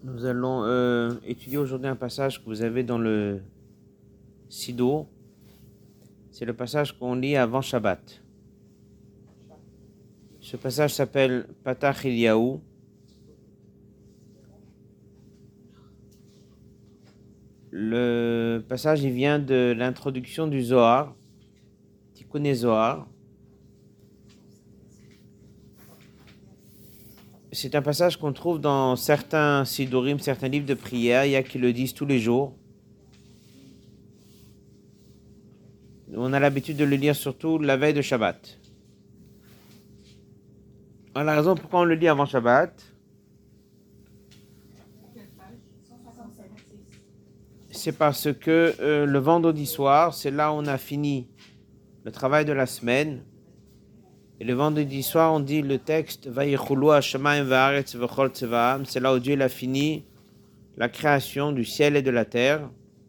Nous allons étudier aujourd'hui un passage que vous avez dans le Sido. C'est le passage qu'on lit avant Shabbat. Ce passage s'appelle Patach Eliyahu. Le passage il vient de l'introduction du Zohar, Tikkun Zohar. C'est un passage qu'on trouve dans certains Sidorim, certains livres de prière. Il y a qui le disent tous les jours. On a l'habitude de le lire surtout la veille de Shabbat. Alors, la raison pourquoi on le lit avant Shabbat, c'est parce que le vendredi soir, c'est là où on a fini le travail de la semaine. Et le vendredi soir, on dit le texte Vayichulu hashamayim va'aretz v'chol tzevaam. C'est là où Dieu a fini la création du ciel et de la terre.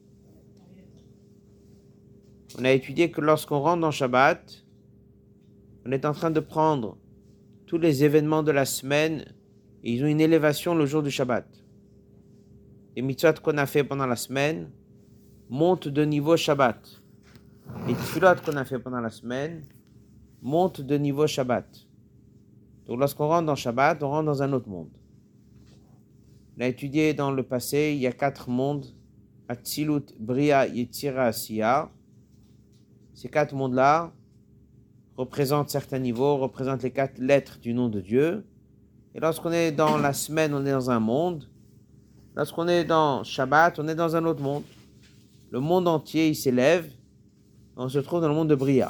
On a étudié que lorsqu'on rentre dans Shabbat, on est en train de prendre tous les événements de la semaine et ils ont une élévation le jour du Shabbat. Les mitzvot qu'on a fait pendant la semaine montent de niveau Shabbat. Les tefilot qu'on a fait pendant la semaine montent de niveau Shabbat. Donc lorsqu'on rentre dans Shabbat, on rentre dans un autre monde. On a étudié dans le passé, il y a 4 mondes. Atzilut, Bria, Yetzira, Asiya. Ces 4 mondes-là représentent certains niveaux, représentent les 4 lettres du nom de Dieu. Et lorsqu'on est dans la semaine, on est dans un monde. Lorsqu'on est dans Shabbat, on est dans un autre monde. Le monde entier, il s'élève. On se trouve dans le monde de Bria.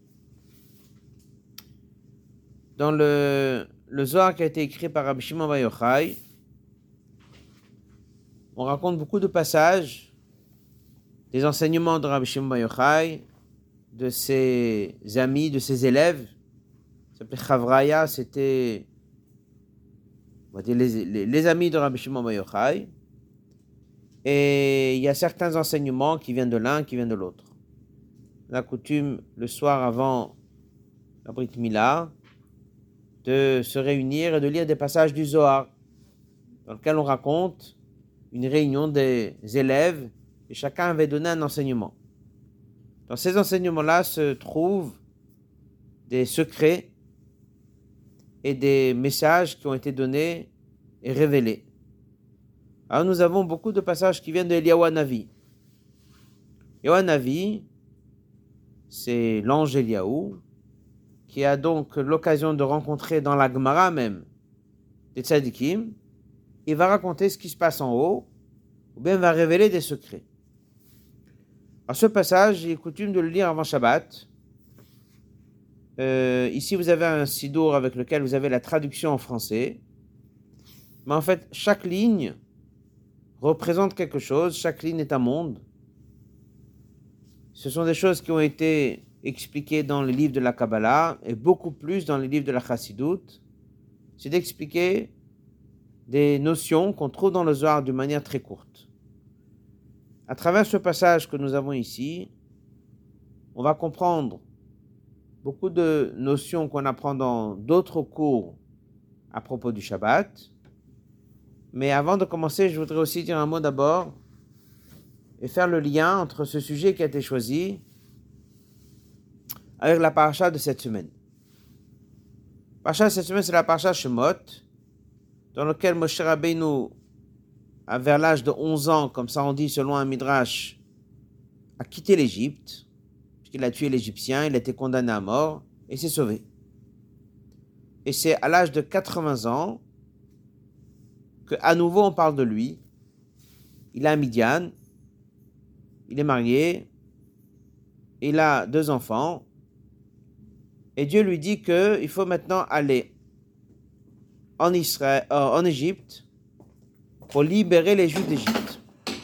Dans le Zohar qui a été écrit par Rabbi Shimon Bar Yochai, on raconte beaucoup de passages des enseignements de Rabbi Shimon Bar Yochai, de ses amis, de ses élèves. Ça s'appelait Chavraya, c'était on va dire les amis de Rabbi Shimon Bar Yochai. Et il y a certains enseignements qui viennent de l'un, qui viennent de l'autre. La coutume, le soir avant la Brit Mila, de se réunir et de lire des passages du Zohar, dans lequel on raconte une réunion des élèves et chacun avait donné un enseignement. Dans ces enseignements-là se trouvent des secrets et des messages qui ont été donnés et révélés. Alors nous avons beaucoup de passages qui viennent de Eliyahu Hanavi. Eliyahu Hanavi, c'est l'ange Eliyahu, qui a donc l'occasion de rencontrer dans la Gemara même des tzadikim. Il va raconter ce qui se passe en haut, ou bien va révéler des secrets. Alors ce passage, il est coutume de le lire avant Shabbat. Ici, vous avez un sidour avec lequel vous avez la traduction en français. Mais en fait, chaque ligne représente quelque chose. Chaque ligne est un monde. Ce sont des choses qui ont été expliquées dans les livres de la Kabbalah et beaucoup plus dans les livres de la Chassidut. C'est d'expliquer des notions qu'on trouve dans le Zohar d'une manière très courte. À travers ce passage que nous avons ici, on va comprendre beaucoup de notions qu'on apprend dans d'autres cours à propos du Shabbat. Mais avant de commencer, je voudrais aussi dire un mot d'abord et faire le lien entre ce sujet qui a été choisi avec la paracha de cette semaine. La paracha de cette semaine, c'est la paracha Shemot, dans laquelle Moshe Rabbeinu, vers l'âge de 11 ans, comme ça on dit selon un midrash, a quitté l'Égypte, puisqu'il a tué l'Égyptien, il a été condamné à mort, et s'est sauvé. Et c'est à l'âge de 80 ans qu'à nouveau on parle de lui. Il a un Midian, il est marié, il a 2 enfants, et Dieu lui dit qu'il faut maintenant aller en Israël, en Égypte, pour libérer les Juifs d'Égypte.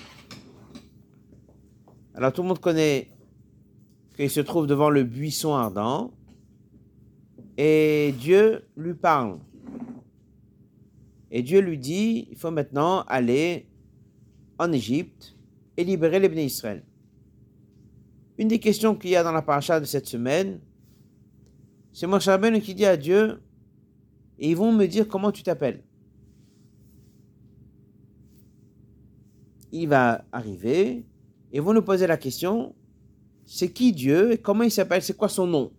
Alors tout le monde connaît qu'il se trouve devant le buisson ardent, et Dieu lui parle. Et Dieu lui dit, il faut maintenant aller en Égypte et libérer les Bnei Israël. Une des questions qu'il y a dans la paracha de cette semaine, c'est Moshe Rabbeinu qui dit à Dieu, et ils vont me dire comment tu t'appelles. il va arriver et vont nous poser la question, c'est qui Dieu et comment il s'appelle, c'est quoi son nom?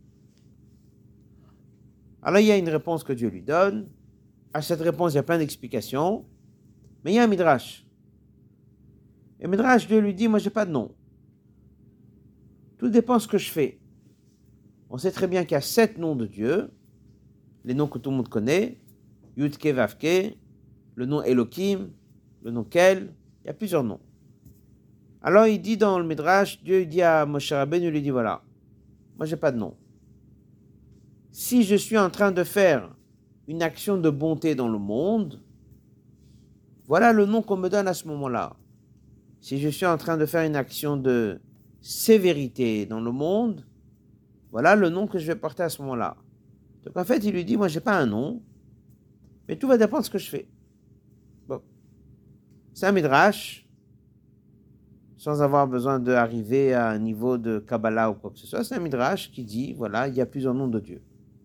Alors il y a une réponse que Dieu lui donne. À cette réponse, il y a plein d'explications, mais il y a un midrash. Et le midrash, Dieu lui dit, moi j'ai pas de nom. Tout dépend de ce que je fais. On sait très bien qu'il y a 7 noms de Dieu, les noms que tout le monde connaît, Yudke Vavke, le nom Elohim, le nom Kel, il y a plusieurs noms. Alors il dit dans le Midrash, Dieu dit à Moshe Rabbeinu, il lui dit voilà, moi j'ai pas de nom. Si je suis en train de faire une action de bonté dans le monde, voilà le nom qu'on me donne à ce moment-là. Si je suis en train de faire une action de sévérité dans le monde, voilà le nom que je vais porter à ce moment-là. Donc en fait, il lui dit, moi j'ai pas un nom, mais tout va dépendre de ce que je fais. Bon. C'est un midrash, sans avoir besoin d'arriver à un niveau de Kabbalah ou quoi que ce soit. C'est un midrash qui dit, voilà, il y a plusieurs noms de Dieu.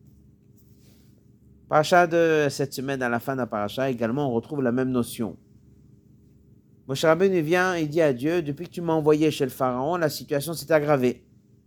Paracha de cette semaine, à la fin de la paracha, également, on retrouve la même notion. Moshe Rabbeinu vient et dit à Dieu, depuis que tu m'as envoyé chez le Pharaon, la situation s'est aggravée.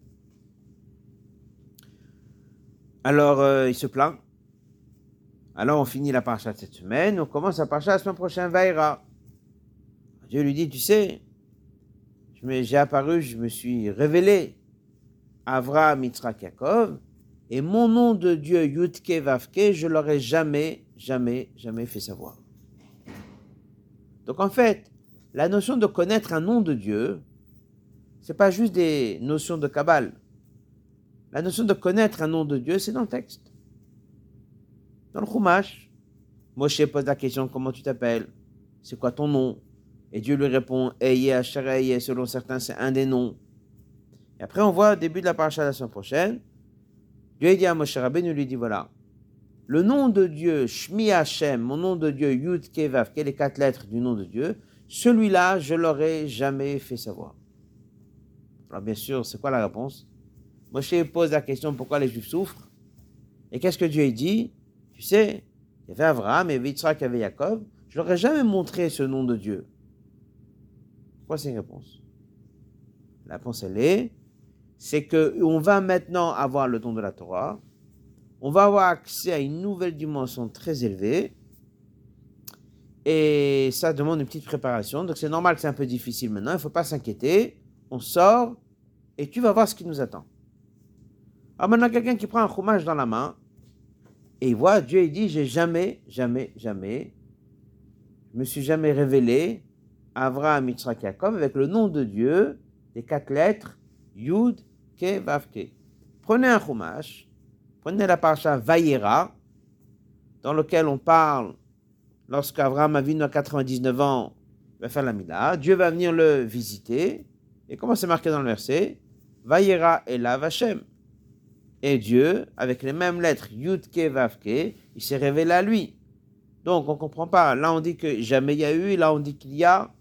Alors, il se plaint. Alors, on finit la paracha de cette semaine, on commence la paracha la semaine prochaine, Vaïra. Dieu lui dit, tu sais, j'ai apparu, je me suis révélé à Avraham, Yitzhak, Yaakov, et mon nom de Dieu, Yudke Vavke, je leur ai jamais fait savoir. Donc en fait, la notion de connaître un nom de Dieu, c'est pas juste des notions de Kabbale. La notion de connaître un nom de Dieu, c'est dans le texte. Dans le Chumash, Moshe pose la question, comment tu t'appelles? C'est quoi ton nom? Et Dieu lui répond, Eye Asher Eye, selon certains, c'est un des noms. Et après, on voit au début de la paracha de la semaine prochaine, Dieu dit à Moshe Rabbeinu, lui dit, voilà, le nom de Dieu, Shmi Hashem, mon nom de Dieu, Yud Kevav, qui est les 4 lettres du nom de Dieu, celui-là, je l'aurais jamais fait savoir. Alors bien sûr, c'est quoi la réponse? Moshe pose la question, pourquoi les Juifs souffrent? Et qu'est-ce que Dieu dit? Tu sais, il y avait Abraham, il y avait Yitzhak, il y avait Yaakov, je leur ai jamais montré ce nom de Dieu. Pourquoi c'est une réponse? La réponse, c'est qu'on va maintenant avoir le don de la Torah, on va avoir accès à une nouvelle dimension très élevée, et ça demande une petite préparation, donc c'est normal que c'est un peu difficile maintenant, il ne faut pas s'inquiéter, on sort, et tu vas voir ce qui nous attend. Alors maintenant, quelqu'un qui prend un chumash dans la main, et il voit, Dieu il dit, je me suis jamais révélé à Avraham, Yitzhak, Yaakov, avec le nom de Dieu, des 4 lettres, Yud, Ke, Vav, Ke. Prenez un chumash, prenez la paracha Vayera, dans lequel on parle, lorsqu'Avraham Avinu à 99 ans, il va faire la Mila, Dieu va venir le visiter, et comment c'est marqué dans le verset? Vayera Elav Hashem. Et Dieu, avec les mêmes lettres, Yud, Ke, Vav, Ke, il s'est révélé à lui. Donc, on ne comprend pas. Là, on dit que jamais il y a eu, et là, on dit qu'il y a.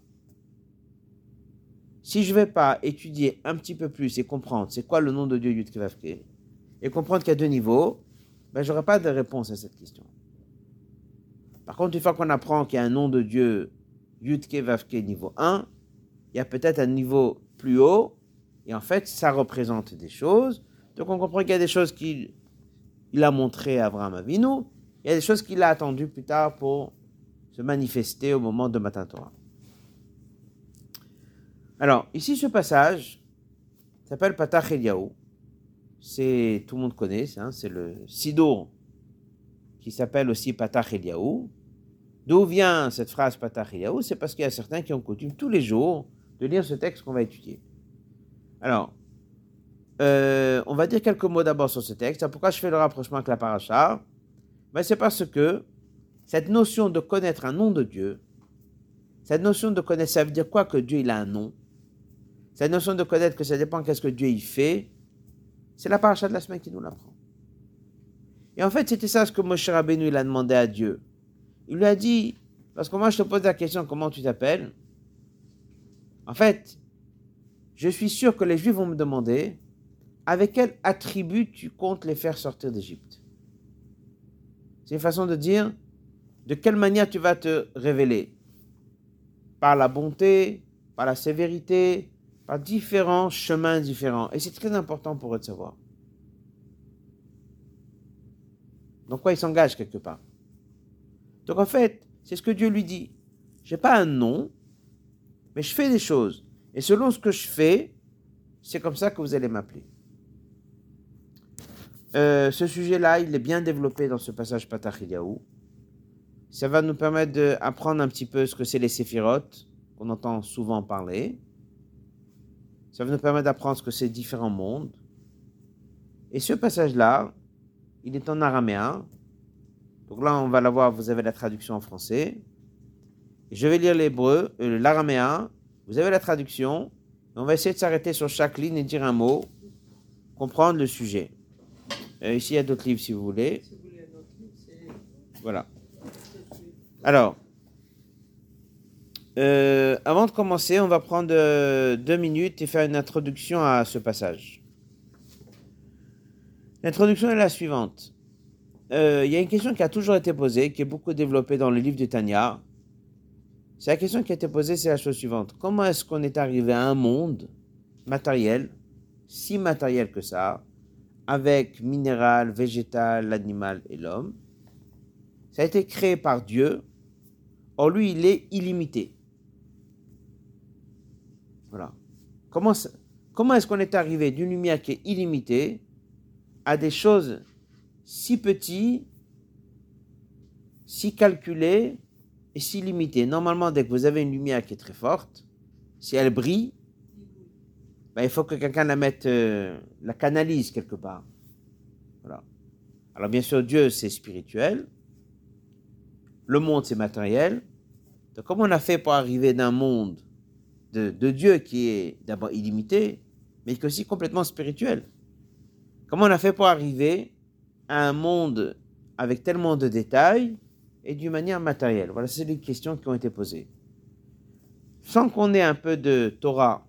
Si je ne vais pas étudier un petit peu plus et comprendre c'est quoi le nom de Dieu, Yud, Ke, Vav, Ke, et comprendre qu'il y a 2 niveaux, ben, je n'aurai pas de réponse à cette question. Par contre, une fois qu'on apprend qu'il y a un nom de Dieu, Yud, Ke, Vav, Ke, niveau 1, il y a peut-être un niveau plus haut, et en fait, ça représente des choses. Donc, on comprend qu'il y a des choses qu'il a montrées à Avraham Avinu, il y a des choses qu'il a attendues plus tard pour se manifester au moment de Matan Torah. Alors, ici, ce passage s'appelle Patach Eliyahu. Tout le monde connaît, c'est le Sidour qui s'appelle aussi Patach Eliyahu. D'où vient cette phrase Patach Eliyahu? C'est parce qu'il y a certains qui ont coutume tous les jours de lire ce texte qu'on va étudier. Alors, on va dire quelques mots d'abord sur ce texte. Pourquoi je fais le rapprochement avec la paracha? Ben, c'est parce que cette notion de connaître un nom de Dieu, cette notion de connaître, ça veut dire quoi que Dieu il a un nom? Cette notion de connaître que ça dépend qu'est-ce que Dieu il fait, c'est la paracha de la semaine qui nous l'apprend. Et en fait, c'était ça ce que Moshe Rabbeinu il a demandé à Dieu. Il lui a dit, parce que moi je te pose la question, comment tu t'appelles? En fait, je suis sûr que les Juifs vont me demander, avec quel attribut tu comptes les faire sortir d'Égypte? C'est une façon de dire, de quelle manière tu vas te révéler? Par la bonté, par la sévérité, par différents chemins différents. Et c'est très important pour eux de savoir. Donc quoi, il s'engage quelque part. Donc en fait, c'est ce que Dieu lui dit. Je n'ai pas un nom, mais je fais des choses. Et selon ce que je fais, c'est comme ça que vous allez m'appeler. Ce sujet-là, il est bien développé dans ce passage Patach Eliyahu. Ça va nous permettre d'apprendre un petit peu ce que c'est les séphirotes, qu'on entend souvent parler. Ça va nous permettre d'apprendre ce que c'est différents mondes. Et ce passage-là, il est en araméen. Donc là, on va l'avoir, vous avez la traduction en français. Et je vais lire l'hébreu, l'araméen. Vous avez la traduction. On va essayer de s'arrêter sur chaque ligne et dire un mot, comprendre le sujet. Ici, il y a d'autres livres si vous voulez. Voilà. Alors, avant de commencer, on va prendre 2 minutes et faire une introduction à ce passage. L'introduction est la suivante. Il y a une question qui a toujours été posée, qui est beaucoup développée dans le livre de Tanya. C'est la question qui a été posée, c'est la chose suivante. Comment est-ce qu'on est arrivé à un monde matériel, si matériel que ça, avec minéral, végétal, l'animal et l'homme? Ça a été créé par Dieu. Or, lui, il est illimité. Voilà. Comment est-ce qu'on est arrivé d'une lumière qui est illimitée à des choses si petites, si calculées et si limitées? Normalement, dès que vous avez une lumière qui est très forte, si elle brille, ben, il faut que quelqu'un la mette, la canalise quelque part. Voilà. Alors, bien sûr, Dieu, c'est spirituel. Le monde, c'est matériel. Donc, comment on a fait pour arriver d'un monde de Dieu qui est d'abord illimité, mais qui est aussi complètement spirituel? Comment on a fait pour arriver à un monde avec tellement de détails et d'une manière matérielle? Voilà, c'est les questions qui ont été posées. Sans qu'on ait un peu de Torah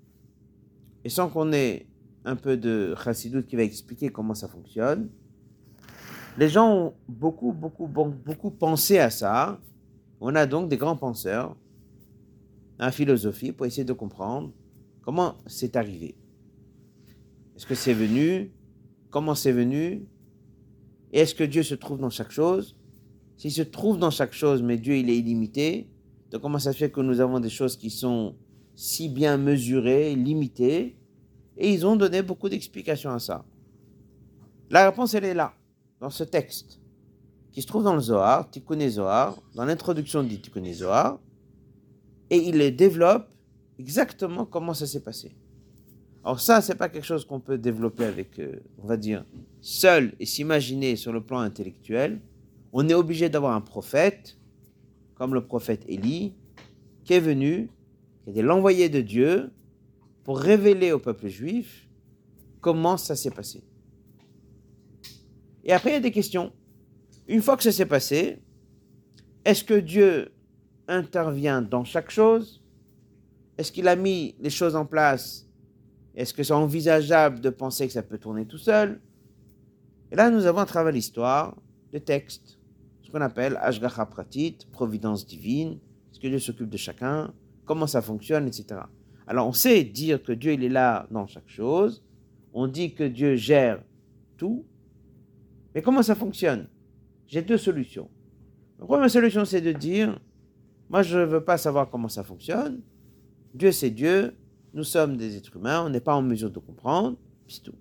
et sans qu'on ait un peu de Chassidut qui va expliquer comment ça fonctionne, les gens ont beaucoup pensé à ça. On a donc des grands penseurs en philosophie pour essayer de comprendre comment c'est arrivé. Est-ce que c'est venu? Comment c'est venu? Et est-ce que Dieu se trouve dans chaque chose? S'il se trouve dans chaque chose, mais Dieu, il est illimité, donc comment ça se fait que nous avons des choses qui sont si bien mesurées, limitées? Et ils ont donné beaucoup d'explications à ça. La réponse, elle est là, dans ce texte, qui se trouve dans le Zohar, Tikkuné Zohar, dans l'introduction du Tikkuné Zohar, et il les développe exactement comment ça s'est passé. Alors ça, c'est pas quelque chose qu'on peut développer avec, on va dire, seul et s'imaginer sur le plan intellectuel. On est obligé d'avoir un prophète, comme le prophète Élie, qui est venu, qui était l'envoyé de Dieu, pour révéler au peuple juif comment ça s'est passé. Et après, il y a des questions. Une fois que ça s'est passé, est-ce que Dieu intervient dans chaque chose? Est-ce qu'il a mis les choses en place? Est-ce que c'est envisageable de penser que ça peut tourner tout seul? Et là, nous avons à travers l'histoire des textes, ce qu'on appelle Ashgacha Pratit, providence divine, est-ce que Dieu s'occupe de chacun, comment ça fonctionne, etc. Alors, on sait dire que Dieu, il est là dans chaque chose, on dit que Dieu gère tout, mais comment ça fonctionne? J'ai 2 solutions. La première solution, c'est de dire, moi, je ne veux pas savoir comment ça fonctionne, Dieu, c'est Dieu, nous sommes des êtres humains, on n'est pas en mesure de comprendre, puis c'est tout.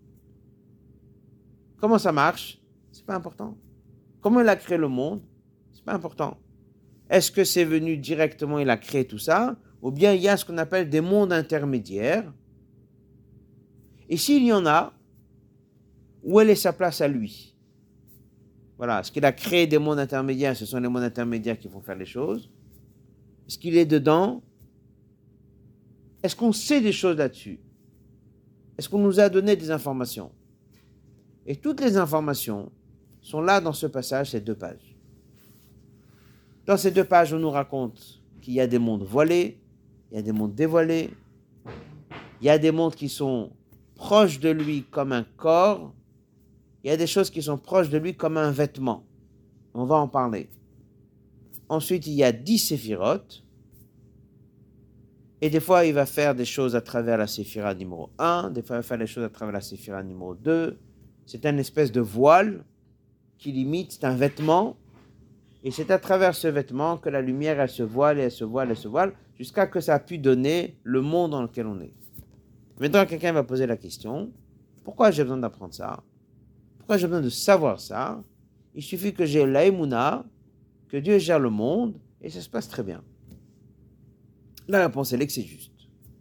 Comment ça marche? C'est pas important. Comment il a créé le monde? C'est pas important. Est-ce que c'est venu directement, il a créé tout ça? Ou bien il y a ce qu'on appelle des mondes intermédiaires? Et s'il y en a, où elle est sa place à lui? Voilà, est-ce qu'il a créé des mondes intermédiaires? Ce sont les mondes intermédiaires qui vont faire les choses. Est-ce qu'il est dedans? Est-ce qu'on sait des choses là-dessus? Est-ce qu'on nous a donné des informations? Et toutes les informations sont là dans ce passage, ces 2 pages. Dans ces 2 pages, on nous raconte qu'il y a des mondes voilés, il y a des mondes dévoilés, il y a des mondes qui sont proches de lui comme un corps, il y a des choses qui sont proches de lui comme un vêtement. On va en parler. Ensuite, il y a 10 séphirotes. Et des fois, il va faire des choses à travers la séphira numéro 1, des fois, il va faire des choses à travers la séphira numéro 2. C'est une espèce de voile qui limite, c'est un vêtement. Et c'est à travers ce vêtement que la lumière, elle se voile, et elle se voile, elle se voile, jusqu'à ce que ça a pu donner le monde dans lequel on est. Maintenant, quelqu'un va poser la question, pourquoi j'ai besoin d'apprendre ça? Pourquoi j'ai besoin de savoir ça? Il suffit que j'ai l'aïmouna, que Dieu gère le monde, et ça se passe très bien. La réponse, elle est que c'est juste.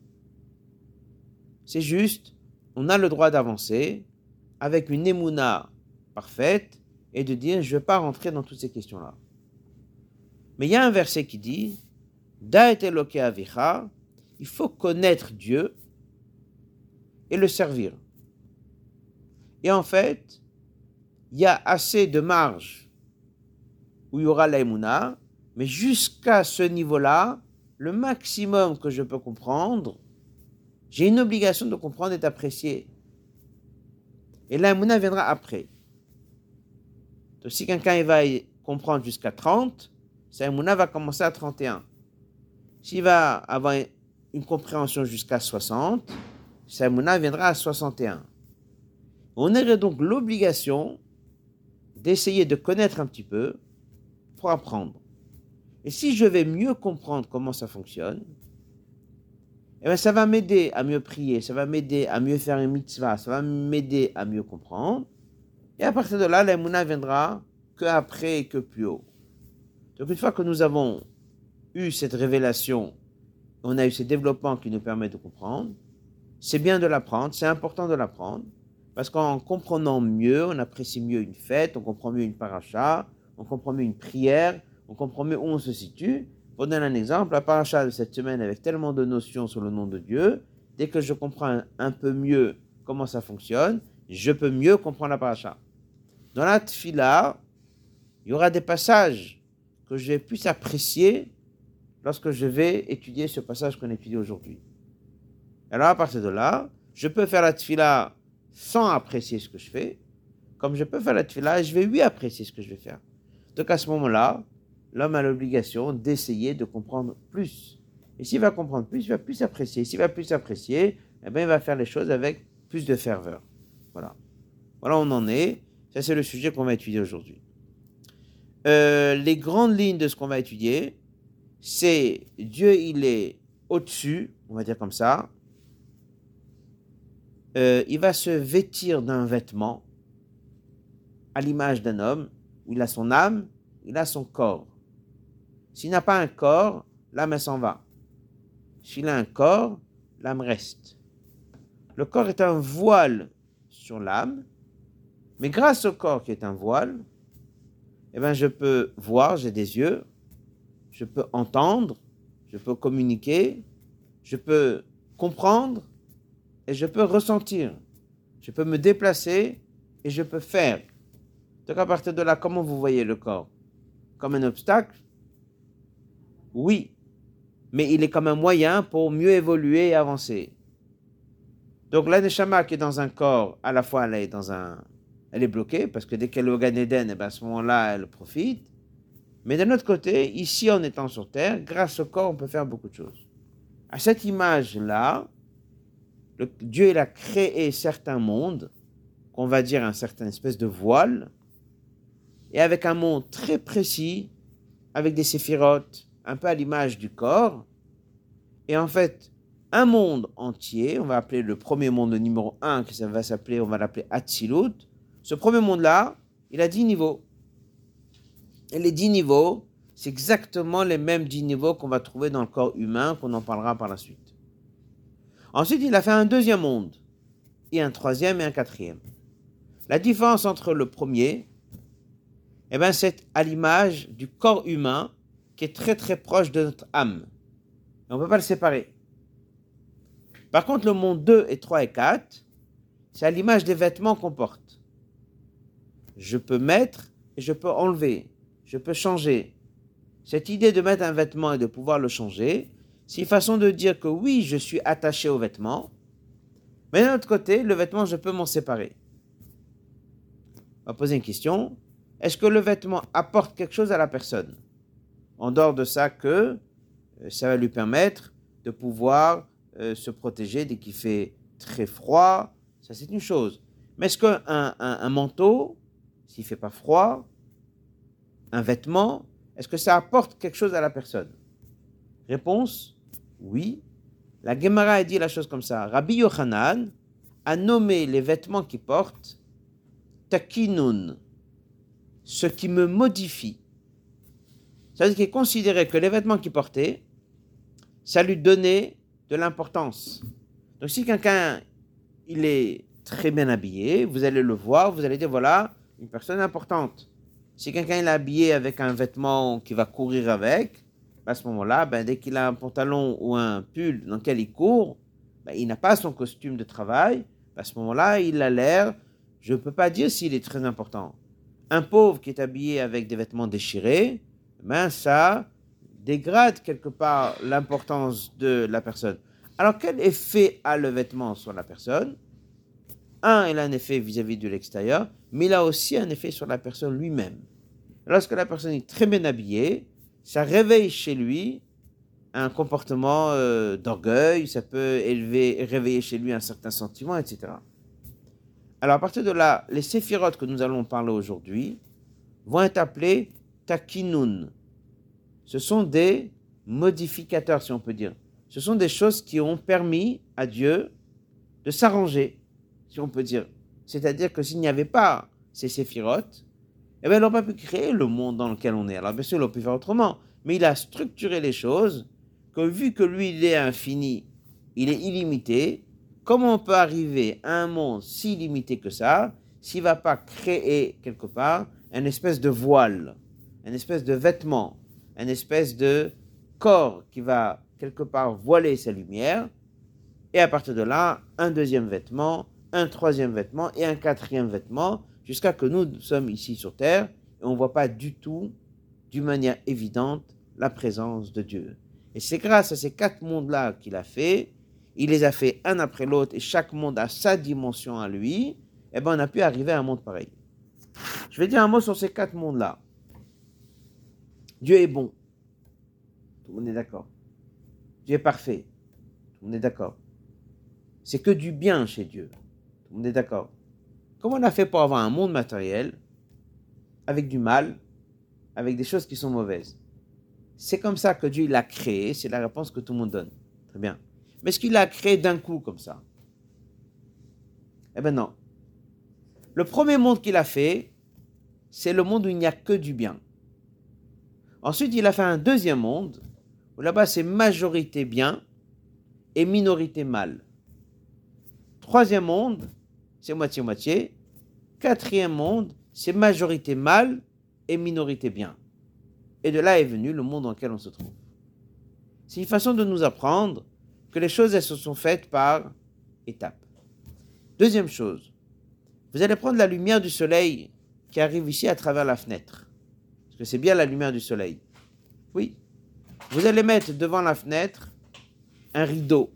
C'est juste, on a le droit d'avancer avec une émouna parfaite et de dire, je ne vais pas rentrer dans toutes ces questions-là. Mais il y a un verset qui dit, Da et Eloke avicha, il faut connaître Dieu et le servir. Et en fait, il y a assez de marge où il y aura l'aïmouna, mais jusqu'à ce niveau-là, le maximum que je peux comprendre, j'ai une obligation de comprendre et d'apprécier. Et l'aïmouna viendra après. Donc si quelqu'un va comprendre jusqu'à 30, sa l'aïmouna va commencer à 31. S'il va avoir une compréhension jusqu'à 60, sa l'aïmouna viendra à 61. On aurait donc l'obligation d'essayer de connaître un petit peu pour apprendre. Et si je vais mieux comprendre comment ça fonctionne, eh bien ça va m'aider à mieux prier, ça va m'aider à mieux faire une mitzvah, ça va m'aider à mieux comprendre. Et à partir de là, l'aïmouna viendra que après et que plus haut. Donc une fois que nous avons eu cette révélation, on a eu ces développements qui nous permettent de comprendre, c'est bien de l'apprendre, c'est important de l'apprendre, parce qu'en comprenant mieux, on apprécie mieux une fête, on comprend mieux une paracha, on comprend mieux une prière, on comprend mieux où on se situe. Pour donner un exemple, la paracha de cette semaine avec tellement de notions sur le nom de Dieu, dès que je comprends un peu mieux comment ça fonctionne, je peux mieux comprendre la paracha. Dans la tfila, il y aura des passages que je vais plus apprécier lorsque je vais étudier ce passage qu'on étudie aujourd'hui. Alors à partir de là, je peux faire la tfila sans apprécier ce que je fais, comme je peux faire la tfila et je vais lui apprécier ce que je vais faire. Donc à ce moment-là, l'homme a l'obligation d'essayer de comprendre plus. Et s'il va comprendre plus, il va plus apprécier. S'il va plus apprécier, eh bien, il va faire les choses avec plus de ferveur. Voilà. Voilà où on en est. Ça, c'est le sujet qu'on va étudier aujourd'hui. Les grandes lignes de ce qu'on va étudier, c'est Dieu, il est au-dessus, on va dire comme ça. Il va se vêtir d'un vêtement à l'image d'un homme, où il a son âme, il a son corps. S'il n'a pas un corps, l'âme, elle s'en va. S'il a un corps, l'âme reste. Le corps est un voile sur l'âme, mais grâce au corps qui est un voile, eh bien, je peux voir, j'ai des yeux, je peux entendre, je peux communiquer, je peux comprendre et je peux ressentir. Je peux me déplacer et je peux faire. Donc à partir de là, comment vous voyez le corps? Comme un obstacle? Oui, mais il est comme un moyen pour mieux évoluer et avancer. Donc la neshama qui est dans un corps, à la fois elle est bloquée, parce que dès qu'elle est au Gan Eden, eh bien, à ce moment-là, elle profite. Mais d'un autre côté, ici en étant sur Terre, grâce au corps, on peut faire beaucoup de choses. À cette image-là, Dieu il a créé certains mondes, qu'on va dire un certain espèce de voile, et avec un monde très précis, avec des séphirotes, un peu à l'image du corps, et en fait, un monde entier, on va appeler le premier monde le numéro 1, on va l'appeler Atzilut. Ce premier monde-là, il a 10 niveaux. Et les 10 niveaux, c'est exactement les mêmes 10 niveaux qu'on va trouver dans le corps humain, qu'on en parlera par la suite. Ensuite, il a fait un deuxième monde, et un troisième et un quatrième. La différence entre le premier, eh ben, c'est à l'image du corps humain qui est très très proche de notre âme. Et on ne peut pas le séparer. Par contre, le monde 2 et 3 et 4, c'est à l'image des vêtements qu'on porte. Je peux mettre et je peux enlever. Je peux changer. Cette idée de mettre un vêtement et de pouvoir le changer, c'est une façon de dire que oui, je suis attaché au vêtement, mais d'un autre côté, le vêtement, je peux m'en séparer. On va poser une question. Est-ce que le vêtement apporte quelque chose à la personne? En dehors de ça que ça va lui permettre de pouvoir se protéger dès qu'il fait très froid. Ça, c'est une chose. Mais est-ce qu'un manteau, s'il ne fait pas froid, un vêtement, est-ce que ça apporte quelque chose à la personne? Réponse, oui. La Gemara a dit la chose comme ça. Rabbi Yochanan a nommé les vêtements qu'il porte takinun, ce qui me modifie. Ça veut dire qu'il considérait que les vêtements qu'il portait, ça lui donnait de l'importance. Donc si quelqu'un, il est très bien habillé, vous allez le voir, vous allez dire, voilà, une personne importante. Si quelqu'un est habillé avec un vêtement qui va courir avec, à ce moment-là, dès qu'il a un pantalon ou un pull dans lequel il court, il n'a pas son costume de travail. À ce moment-là, il a l'air, je ne peux pas dire s'il est très important. Un pauvre qui est habillé avec des vêtements déchirés, ça dégrade quelque part l'importance de la personne. Alors, quel effet a le vêtement sur la personne? Un, il a un effet vis-à-vis de l'extérieur, mais il a aussi un effet sur la personne lui-même. Lorsque la personne est très bien habillée, ça réveille chez lui un comportement d'orgueil, ça peut réveiller chez lui un certain sentiment, etc. Alors à partir de là, les séphirotes que nous allons parler aujourd'hui vont être appelés takinun. Ce sont des modificateurs, si on peut dire. Ce sont des choses qui ont permis à Dieu de s'arranger, si on peut dire. C'est-à-dire que s'il n'y avait pas ces séphirotes, ils n'ont pas pu créer le monde dans lequel on est. Alors bien sûr, ils ont pu faire autrement, mais il a structuré les choses, que vu que lui, il est infini, il est illimité, comment on peut arriver à un monde si limité que ça, s'il ne va pas créer quelque part une espèce de voile, une espèce de vêtement, une espèce de corps qui va quelque part voiler sa lumière, et à partir de là, un deuxième vêtement, un troisième vêtement et un quatrième vêtement, jusqu'à que nous sommes ici sur terre et on ne voit pas du tout, d'une manière évidente, la présence de Dieu. Et c'est grâce à ces 4 mondes-là qu'il a fait, il les a fait un après l'autre et chaque monde a sa dimension à lui, on a pu arriver à un monde pareil. Je vais dire un mot sur ces 4 mondes-là. Dieu est bon. Tout le monde est d'accord. Dieu est parfait. Tout le monde est d'accord. C'est que du bien chez Dieu. Tout le monde est d'accord. Comment on a fait pour avoir un monde matériel avec du mal, avec des choses qui sont mauvaises? C'est comme ça que Dieu l'a créé, c'est la réponse que tout le monde donne. Très bien. Mais est-ce qu'il l'a créé d'un coup comme ça? Non. Le premier monde qu'il a fait, c'est le monde où il n'y a que du bien. Ensuite, il a fait un deuxième monde, où là-bas c'est majorité bien et minorité mal. Troisième monde, c'est moitié-moitié. Quatrième monde, c'est majorité mal et minorité bien. Et de là est venu le monde dans lequel on se trouve. C'est une façon de nous apprendre que les choses, elles se sont faites par étapes. Deuxième chose, vous allez prendre la lumière du soleil qui arrive ici à travers la fenêtre. Parce que c'est bien la lumière du soleil. Oui. Vous allez mettre devant la fenêtre un rideau.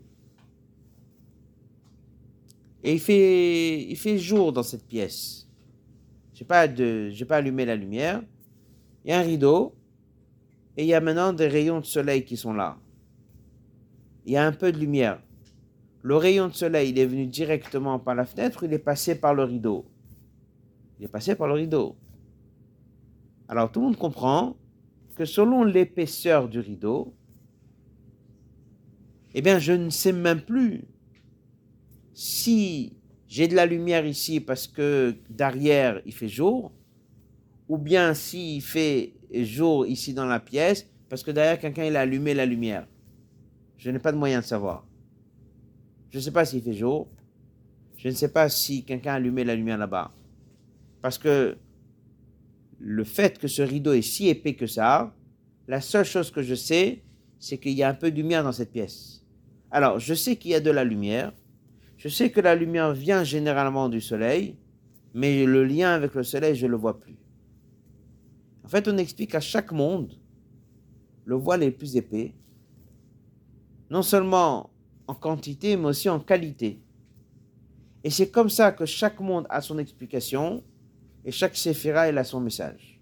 Et il fait jour dans cette pièce. Je n'ai pas allumé la lumière. Il y a un rideau. Et il y a maintenant des rayons de soleil qui sont là. Il y a un peu de lumière. Le rayon de soleil, il est venu directement par la fenêtre ou il est passé par le rideau? Il est passé par le rideau. Alors tout le monde comprend que selon l'épaisseur du rideau, je ne sais même plus si j'ai de la lumière ici parce que derrière il fait jour, ou bien s'il fait jour ici dans la pièce parce que derrière quelqu'un il a allumé la lumière. Je n'ai pas de moyen de savoir. Je ne sais pas s'il fait jour. Je ne sais pas si quelqu'un a allumé la lumière là-bas. Parce que le fait que ce rideau est si épais que ça, la seule chose que je sais, c'est qu'il y a un peu de lumière dans cette pièce. Alors, je sais qu'il y a de la lumière. Je sais que la lumière vient généralement du soleil, mais le lien avec le soleil, je ne le vois plus. En fait, on explique à chaque monde, le voile est plus épais, non seulement en quantité, mais aussi en qualité. Et c'est comme ça que chaque monde a son explication, et chaque séphira, a son message.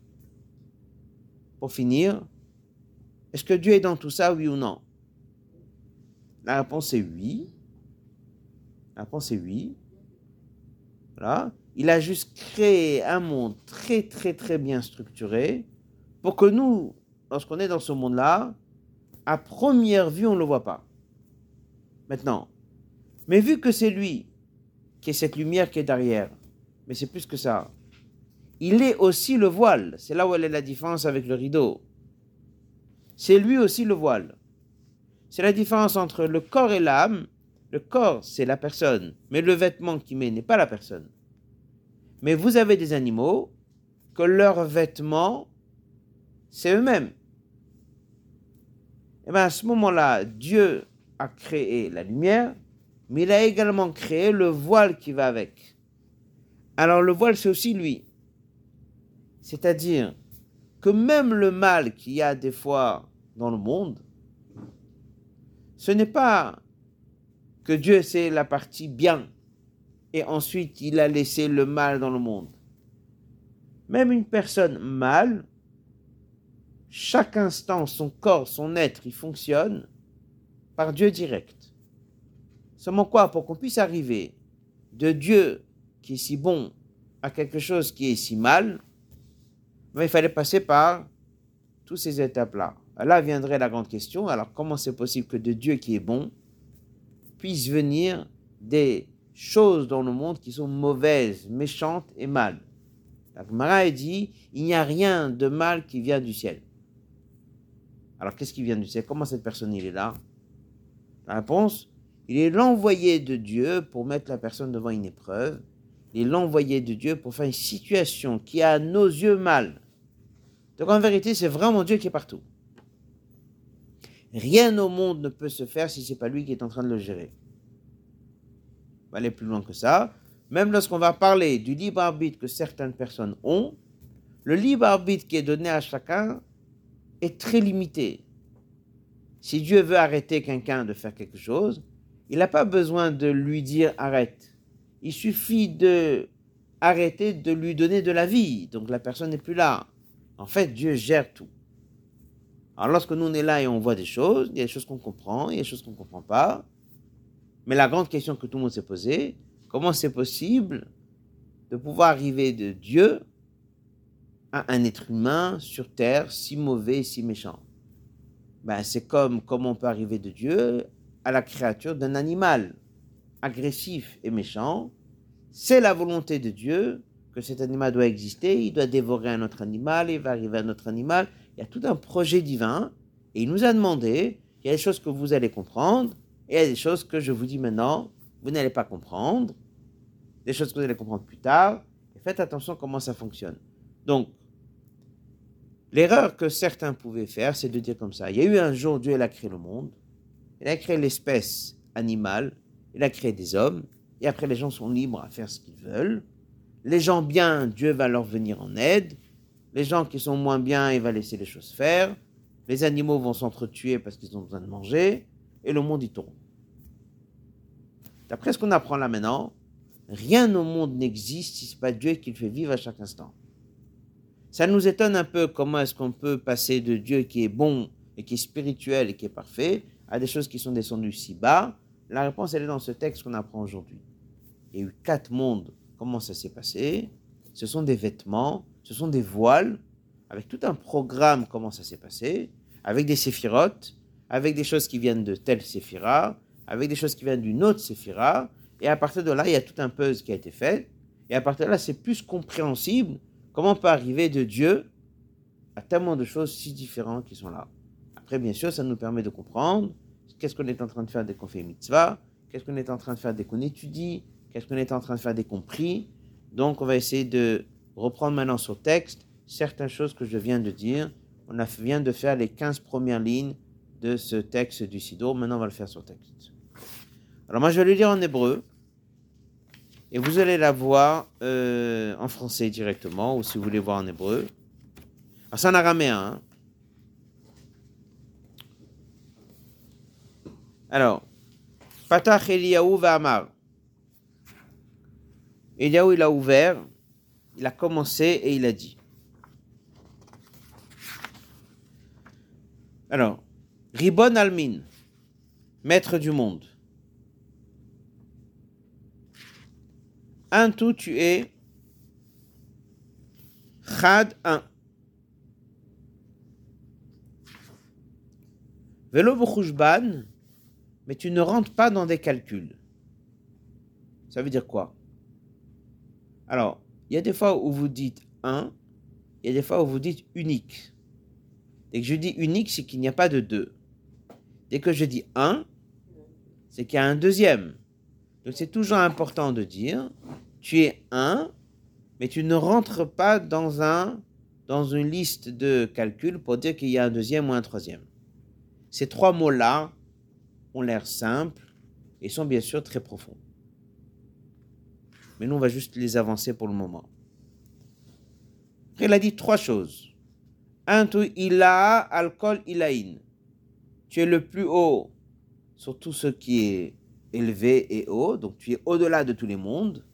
Pour finir, est-ce que Dieu est dans tout ça, oui ou non? La réponse est oui. La réponse est oui. Voilà. Il a juste créé un monde très, très, très bien structuré pour que nous, lorsqu'on est dans ce monde-là, à première vue, on ne le voit pas. Maintenant, mais vu que c'est lui qui est cette lumière qui est derrière, mais c'est plus que ça, il est aussi le voile. C'est là où elle est la différence avec le rideau. C'est lui aussi le voile. C'est la différence entre le corps et l'âme. Le corps, c'est la personne, mais le vêtement qu'il met n'est pas la personne. Mais vous avez des animaux que leurs vêtements, c'est eux-mêmes. Et bien à ce moment-là, Dieu a créé la lumière, mais il a également créé le voile qui va avec. Alors le voile, c'est aussi lui. C'est-à-dire que même le mal qu'il y a des fois dans le monde, ce n'est pas que Dieu c'est la partie bien et ensuite il a laissé le mal dans le monde. Même une personne mal, chaque instant, son corps, son être, il fonctionne par Dieu direct. Seulement quoi, pour qu'on puisse arriver de Dieu qui est si bon à quelque chose qui est si mal, il fallait passer par toutes ces étapes-là. Là viendrait la grande question, alors comment c'est possible que de Dieu qui est bon, puisse venir des choses dans le monde qui sont mauvaises, méchantes et mal. La Gemara dit, il n'y a rien de mal qui vient du ciel. Alors qu'est-ce qui vient du ciel? Comment cette personne il est là? La réponse, il est l'envoyé de Dieu pour mettre la personne devant une épreuve. Il est l'envoyé de Dieu pour faire une situation qui a à nos yeux mal. Donc en vérité, c'est vraiment Dieu qui est partout. Rien au monde ne peut se faire si ce n'est pas lui qui est en train de le gérer. On va aller plus loin que ça. Même lorsqu'on va parler du libre arbitre que certaines personnes ont, le libre arbitre qui est donné à chacun est très limité. Si Dieu veut arrêter quelqu'un de faire quelque chose, il n'a pas besoin de lui dire arrête. Il suffit de arrêter de lui donner de la vie. Donc la personne n'est plus là. En fait, Dieu gère tout. Alors lorsque nous on est là et on voit des choses, il y a des choses qu'on comprend, il y a des choses qu'on ne comprend pas. Mais la grande question que tout le monde s'est posée, comment c'est possible de pouvoir arriver de Dieu à un être humain sur terre si mauvais et si méchant? C'est comme comment on peut arriver de Dieu à la créature d'un animal agressif et méchant. C'est la volonté de Dieu que cet animal doit exister, il doit dévorer un autre animal, il va arriver à un autre animal. Il y a tout un projet divin et il nous a demandé, il y a des choses que vous allez comprendre et il y a des choses que je vous dis maintenant, vous n'allez pas comprendre, des choses que vous allez comprendre plus tard. Et faites attention comment ça fonctionne. Donc, l'erreur que certains pouvaient faire, c'est de dire comme ça. Il y a eu un jour, Dieu il a créé le monde, il a créé l'espèce animale, il a créé des hommes, et après les gens sont libres à faire ce qu'ils veulent. Les gens bien, Dieu va leur venir en aide. Les gens qui sont moins bien, il va laisser les choses faire. Les animaux vont s'entretuer parce qu'ils ont besoin de manger, et le monde y tourne. D'après ce qu'on apprend là maintenant, rien au monde n'existe si ce n'est pas Dieu qui le fait vivre à chaque instant. Ça nous étonne un peu comment est-ce qu'on peut passer de Dieu qui est bon et qui est spirituel et qui est parfait à des choses qui sont descendues si bas. La réponse, elle est dans ce texte qu'on apprend aujourd'hui. Il y a eu 4 mondes. Comment ça s'est passé? Ce sont des vêtements, ce sont des voiles, avec tout un programme comment ça s'est passé, avec des séphirotes, avec des choses qui viennent de telle séphira, avec des choses qui viennent d'une autre séphira, et à partir de là, il y a tout un puzzle qui a été fait, et à partir de là, c'est plus compréhensible comment on peut arriver de Dieu à tellement de choses si différentes qui sont là. Après, bien sûr, ça nous permet de comprendre qu'est-ce qu'on est en train de faire dès qu'on fait mitzvah, qu'est-ce qu'on est en train de faire dès qu'on étudie, qu'est-ce qu'on est en train de faire dès qu'on prie. Donc, on va essayer de reprendre maintenant sur texte certaines choses que je viens de dire. On vient de faire les 15 premières lignes de ce texte du Sidour. Maintenant, on va le faire sur texte. Alors, moi, je vais le lire en hébreu. Et vous allez la voir en français directement, ou si vous voulez voir en hébreu. Alors, c'est en araméen. Hein. Alors, Patach Eliyahu Va'amar. Eliyahu, il a ouvert, il a commencé et il a dit. Alors, Ribon Almin. maître du monde. Un tout, tu es Chad, un. Velo b'chushban, mais tu ne rentres pas dans des calculs. Ça veut dire quoi? Alors, il y a des fois où vous dites un, il y a des fois où vous dites unique. Dès que je dis unique, c'est qu'il n'y a pas de deux. Dès que je dis un, c'est qu'il y a un deuxième. Donc c'est toujours important de dire, tu es un, mais tu ne rentres pas dans une liste de calculs pour dire qu'il y a un deuxième ou un troisième. Ces trois mots-là ont l'air simples et sont bien sûr très profonds. Mais nous, on va juste les avancer pour le moment. Après, il a dit trois choses. Un, tu ila alcool ilaïn. Tu es le plus haut sur tout ce qui est élevé et haut, donc tu es au-delà de tous les mondes.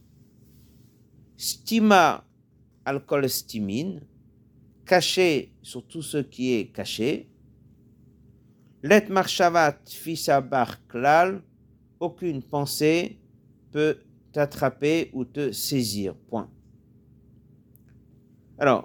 Stima alcool stimin, caché sur tout ce qui est caché. Let marshavat fisa bar klal, aucune pensée peut t'attraper ou te saisir. Point. Alors,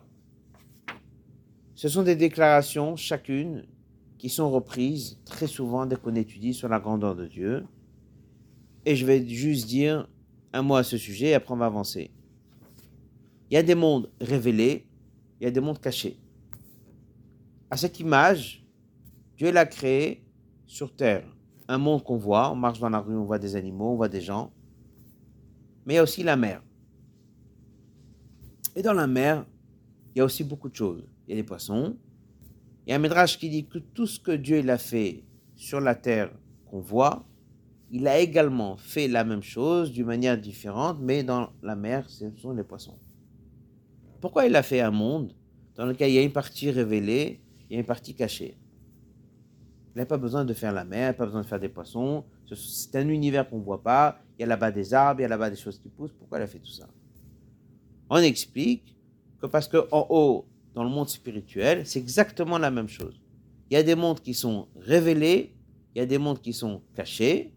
ce sont des déclarations, chacune, qui sont reprises très souvent dès qu'on étudie sur la grandeur de Dieu. Et je vais juste dire un mot à ce sujet et après on va avancer. Il y a des mondes révélés, il y a des mondes cachés. À cette image, Dieu l'a créé sur terre. Un monde qu'on voit, on marche dans la rue, on voit des animaux, on voit des gens. Mais il y a aussi la mer. Et dans la mer, il y a aussi beaucoup de choses. Il y a des poissons. Il y a un Midrash qui dit que tout ce que Dieu il a fait sur la terre qu'on voit, il a également fait la même chose d'une manière différente, mais dans la mer, ce sont les poissons. Pourquoi il a fait un monde dans lequel il y a une partie révélée, il y a une partie cachée? Il n'a pas besoin de faire la mer, il n'a pas besoin de faire des poissons. C'est un univers qu'on ne voit pas. Il y a là-bas des arbres, il y a là-bas des choses qui poussent. Pourquoi il a fait tout ça? On explique que parce qu'en haut, dans le monde spirituel, c'est exactement la même chose. Il y a des mondes qui sont révélés, il y a des mondes qui sont cachés.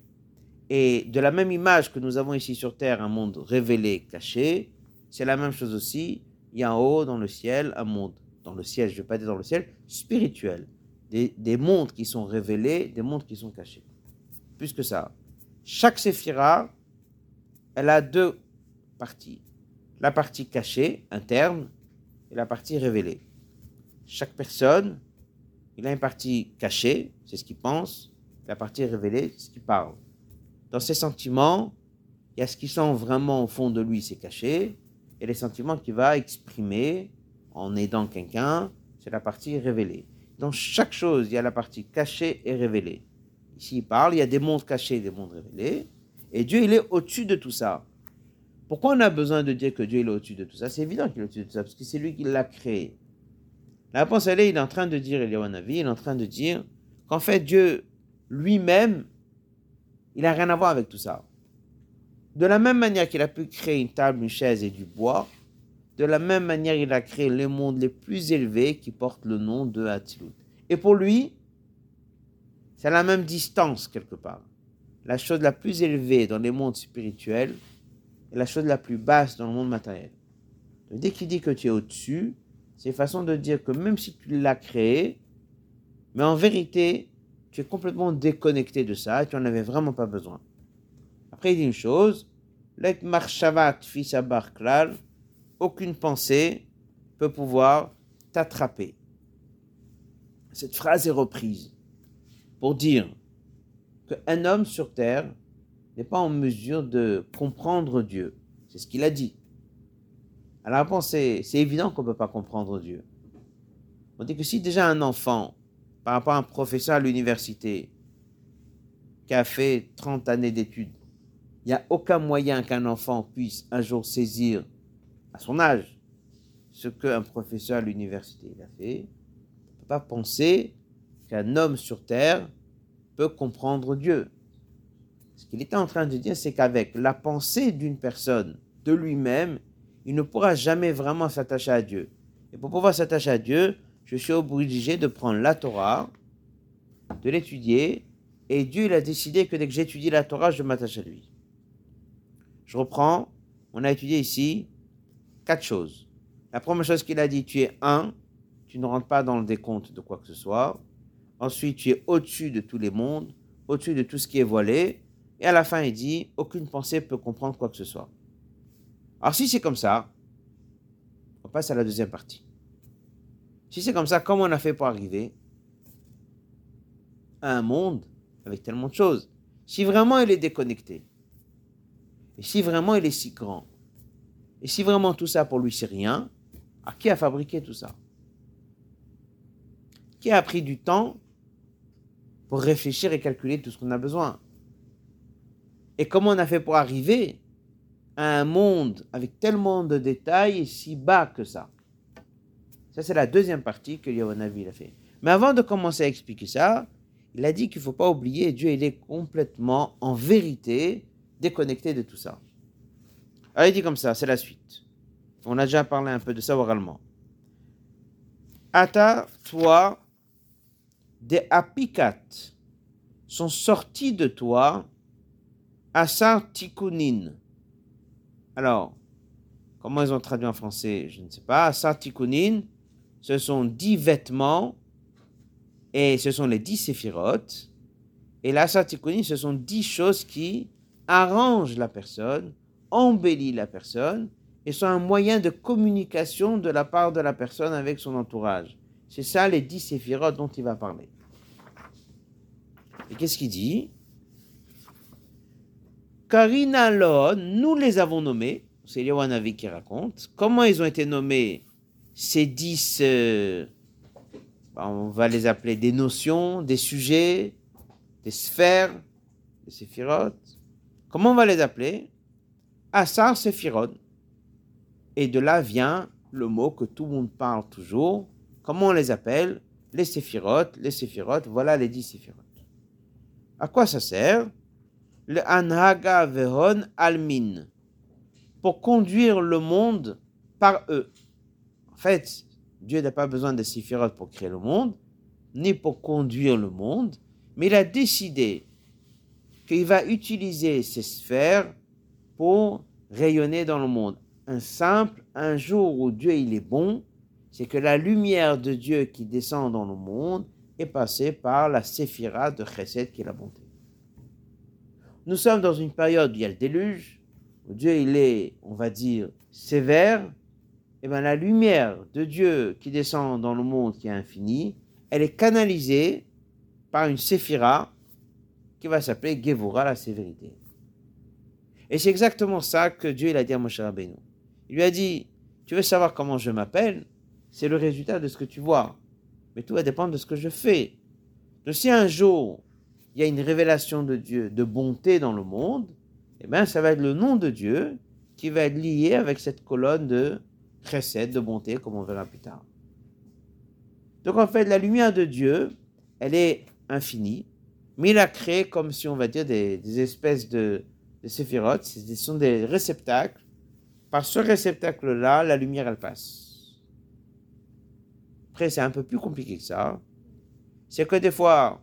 Et de la même image que nous avons ici sur Terre, un monde révélé, caché, c'est la même chose aussi. Il y a en haut, dans le ciel, un monde, dans le ciel, je ne vais pas dire dans le ciel, spirituel. Des mondes qui sont révélés, des mondes qui sont cachés. Plus que ça. Chaque séphira, elle a deux parties. La partie cachée, interne, et la partie révélée. Chaque personne, il a une partie cachée, c'est ce qu'il pense, la partie révélée, c'est ce qu'il parle. Dans ses sentiments, il y a ce qui sent vraiment au fond de lui, c'est caché, et les sentiments qu'il va exprimer en aidant quelqu'un, c'est la partie révélée. Dans chaque chose, il y a la partie cachée et révélée. Ici, il parle, il y a des mondes cachés et des mondes révélés, et Dieu, il est au-dessus de tout ça. Pourquoi on a besoin de dire que Dieu il est au-dessus de tout ça? C'est évident qu'il est au-dessus de tout ça, parce que c'est lui qui l'a créé. La réponse, elle est, il est en train de dire, Eliyahu Hanavi, il est en train de dire qu'en fait, Dieu lui-même, il n'a rien à voir avec tout ça. De la même manière qu'il a pu créer une table, une chaise et du bois, de la même manière, il a créé les mondes les plus élevés qui portent le nom de Hatzilut. Et pour lui, c'est à la même distance quelque part. La chose la plus élevée dans les mondes spirituels est la chose la plus basse dans le monde matériel. Donc, dès qu'il dit que tu es au-dessus, c'est une façon de dire que même si tu l'as créé, mais en vérité, tu es complètement déconnecté de ça et tu n'en avais vraiment pas besoin. Après, il dit une chose, Let marshavat fisa bar klal, aucune pensée peut pouvoir t'attraper. Cette phrase est reprise pour dire qu'un homme sur terre n'est pas en mesure de comprendre Dieu. C'est ce qu'il a dit. Alors la réponse, c'est évident qu'on ne peut pas comprendre Dieu. On dit que si déjà un enfant, par rapport à un professeur à l'université, qui a fait 30 années d'études, il n'y a aucun moyen qu'un enfant puisse un jour saisir, à son âge, ce qu'un professeur à l'université a fait. On ne peut pas penser qu'un homme sur terre peut comprendre Dieu. Ce qu'il était en train de dire, c'est qu'avec la pensée d'une personne, de lui-même, il ne pourra jamais vraiment s'attacher à Dieu. Et pour pouvoir s'attacher à Dieu, je suis obligé de prendre la Torah, de l'étudier, et Dieu il a décidé que dès que j'étudie la Torah, je m'attache à lui. Je reprends, on a étudié ici 4 choses. La première chose qu'il a dit, tu es un, tu ne rentres pas dans le décompte de quoi que ce soit. Ensuite, tu es au-dessus de tous les mondes, au-dessus de tout ce qui est voilé. Et à la fin, il dit, aucune pensée peut comprendre quoi que ce soit. Alors si c'est comme ça, on passe à la deuxième partie. Si c'est comme ça, comment on a fait pour arriver à un monde avec tellement de choses? Si vraiment il est déconnecté, et si vraiment il est si grand, et si vraiment tout ça pour lui c'est rien, à qui a fabriqué tout ça? Qui a pris du temps pour réfléchir et calculer tout ce qu'on a besoin? Et comment on a fait pour arriver à un monde avec tellement de détails et si bas que ça? Ça, c'est la deuxième partie que Yohanavi a fait. Mais avant de commencer à expliquer ça, il a dit qu'il ne faut pas oublier, Dieu il est complètement, en vérité, déconnecté de tout ça. Alors il dit comme ça, c'est la suite. On a déjà parlé un peu de ça oralement. Ata, toi, des apikat sont sortis de toi, asar tikunin. Alors, comment ils ont traduit en français, je ne sais pas. Asar tikunin, ce sont 10 vêtements, et ce sont les 10 séphirotes. Et l'asar tikunin, ce sont 10 choses qui arrangent la personne, embellissent la personne, et sont un moyen de communication de la part de la personne avec son entourage. C'est ça les 10 séphirotes dont il va parler. Et qu'est-ce qu'il dit? Karina Lon, nous les avons nommés, c'est Yohanavi qui raconte, comment ils ont été nommés ces 10, on va les appeler des notions, des sujets, des sphères, des séphirotes. Comment on va les appeler? Asar Séphirot. Et de là vient le mot que tout le monde parle toujours. Comment on les appelle? Les séphirotes, voilà les 10 séphirotes. À quoi ça sert? Le Anhaga Vehon Almin. Pour conduire le monde par eux. En fait, Dieu n'a pas besoin de séphirotes pour créer le monde, ni pour conduire le monde, mais il a décidé qu'il va utiliser ces sphères pour rayonner dans le monde. Un jour où Dieu il est bon, c'est que la lumière de Dieu qui descend dans le monde est passée par la séphira de Chesed qui est la bonté. Nous sommes dans une période où il y a le déluge, où Dieu il est, on va dire, sévère. Et bien la lumière de Dieu qui descend dans le monde qui est infini, elle est canalisée par une séphira qui va s'appeler Gevura, la sévérité. Et c'est exactement ça que Dieu il a dit à Moshe Rabbeinu. Il lui a dit, tu veux savoir comment je m'appelle? C'est le résultat de ce que tu vois. Mais tout va dépendre de ce que je fais. Donc si un jour, il y a une révélation de Dieu, de bonté dans le monde, eh bien ça va être le nom de Dieu qui va être lié avec cette colonne de chesed, de bonté, comme on verra plus tard. Donc en fait, la lumière de Dieu, elle est infinie, mais il a créé comme si on va dire des espèces de séphirotes, ce sont des réceptacles. Par ce réceptacle-là, la lumière, elle passe. Après, c'est un peu plus compliqué que ça. C'est que des fois,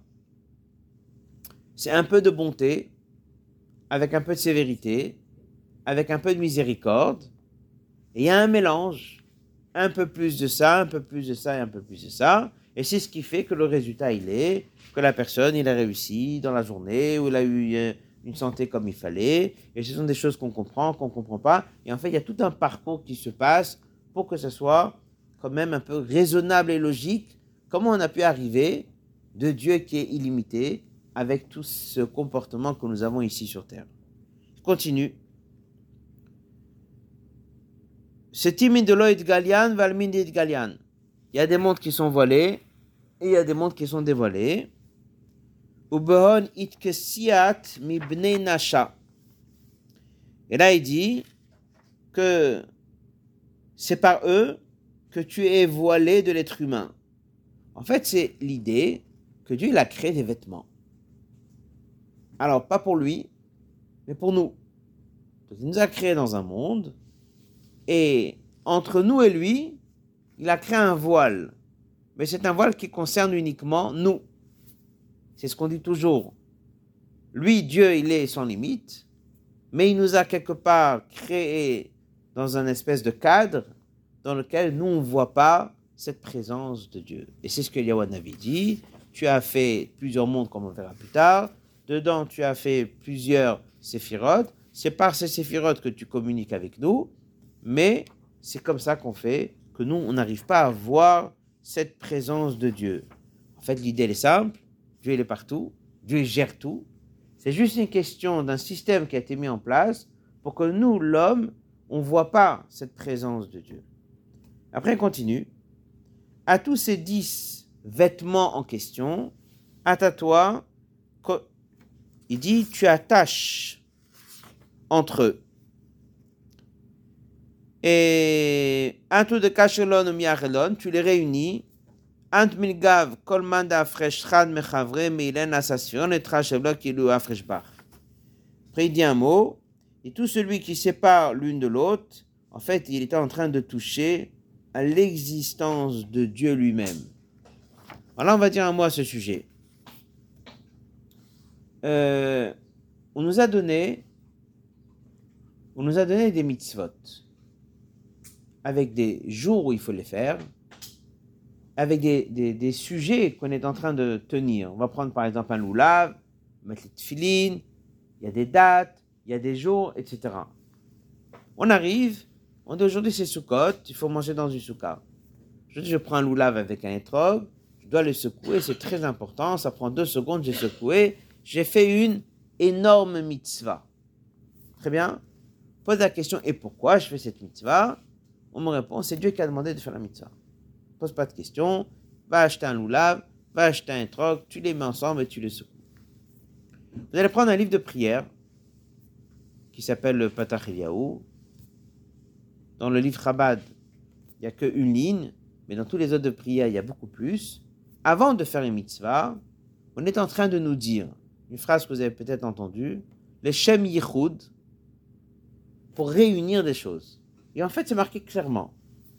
c'est un peu de bonté, avec un peu de sévérité, avec un peu de miséricorde, et il y a un mélange, un peu plus de ça, un peu plus de ça et un peu plus de ça, et c'est ce qui fait que le résultat, il est que la personne, il a réussi dans la journée, ou il a eu une santé comme il fallait, et ce sont des choses qu'on comprend pas, et en fait, il y a tout un parcours qui se passe pour que ce soit quand même un peu raisonnable et logique, comment on a pu arriver de Dieu qui est illimité, avec tout ce comportement que nous avons ici sur Terre. Je continue. Setim de l'oïd galian, valmin d'id galian. Il y a des mondes qui sont voilés, et il y a des mondes qui sont dévoilés. Ubehon itkesiat mi bnei nasha. Et là, il dit que c'est par eux que tu es voilé de l'être humain. En fait, c'est l'idée que Dieu il a créé des vêtements. Alors, pas pour lui, mais pour nous. Donc, il nous a créés dans un monde, et entre nous et lui, il a créé un voile. Mais c'est un voile qui concerne uniquement nous. C'est ce qu'on dit toujours. Lui, Dieu, il est sans limite, mais il nous a quelque part créé dans un espèce de cadre dans lequel nous, on ne voit pas cette présence de Dieu. Et c'est ce que Eliyahu Hanavi dit. Tu as fait plusieurs mondes, comme on verra plus tard. Dedans, tu as fait plusieurs séphirotes. C'est par ces séphirotes que tu communiques avec nous, mais c'est comme ça qu'on fait, que nous, on n'arrive pas à voir cette présence de Dieu. En fait, l'idée, elle est simple. Dieu, il est partout. Dieu, il gère tout. C'est juste une question d'un système qui a été mis en place pour que nous, l'homme, on ne voit pas cette présence de Dieu. Après, on continue. À tous ces 10 vêtements en question, attache-toi, il dit, tu attaches entre eux. Et un tout de kachelon ou miachelon, tu les réunis. Ant milgav kol manda afreshchad mechavre meilen assassion et trachevlo kilu afreshbach. Après, il dit un mot, et tout celui qui sépare l'une de l'autre, en fait, il était en train de toucher à l'existence de Dieu lui-même. Alors là, on va dire un mot à ce sujet. On nous a donné des mitzvot avec des jours où il faut les faire, avec des sujets qu'on est en train de tenir. On va prendre par exemple un loulav, mettre les tefilines, il y a des dates, il y a des jours, etc. On arrive, on dit aujourd'hui c'est Sukkot, il faut manger dans une soukha. Je prends un loulav avec un etrog, je dois le secouer, c'est très important, ça prend 2 secondes, j'ai secoué, j'ai fait une énorme mitzvah. Très bien. Pose la question, et pourquoi je fais cette mitzvah? On me répond, c'est Dieu qui a demandé de faire la mitzvah. Pose pas de question, va acheter un loulav, va acheter un etrog, tu les mets ensemble et tu les secoues. Vous allez prendre un livre de prière qui s'appelle le Patach Eliyahu. Dans le livre Chabad, il n'y a qu'une ligne, mais dans tous les autres de prière, il y a beaucoup plus. Avant de faire une mitzvah, on est en train de nous dire, une phrase que vous avez peut-être entendue, le Shem Yichud, pour réunir des choses. Et en fait, c'est marqué clairement